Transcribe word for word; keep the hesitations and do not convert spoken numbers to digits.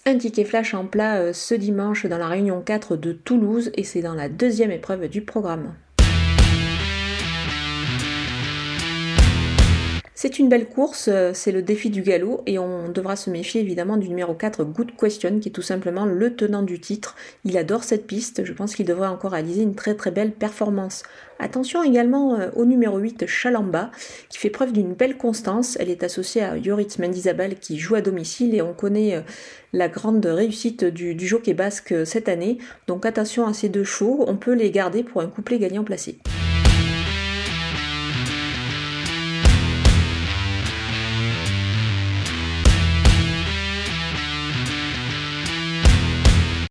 Un ticket flash en plat euh, ce dimanche dans la Réunion quatre de Toulouse et c'est dans la deuxième épreuve du programme. C'est une belle course, c'est le défi du galop et on devra se méfier évidemment du numéro quatre Good Question qui est tout simplement le tenant du titre. Il adore cette piste, je pense qu'il devrait encore réaliser une très très belle performance. Attention également au numéro huit Chalamba qui fait preuve d'une belle constance. Elle est associée à Yoritz Mendizabal qui joue à domicile et on connaît la grande réussite du, du jockey basque cette année. Donc attention à ces deux chevaux, on peut les garder pour un couplet gagnant placé.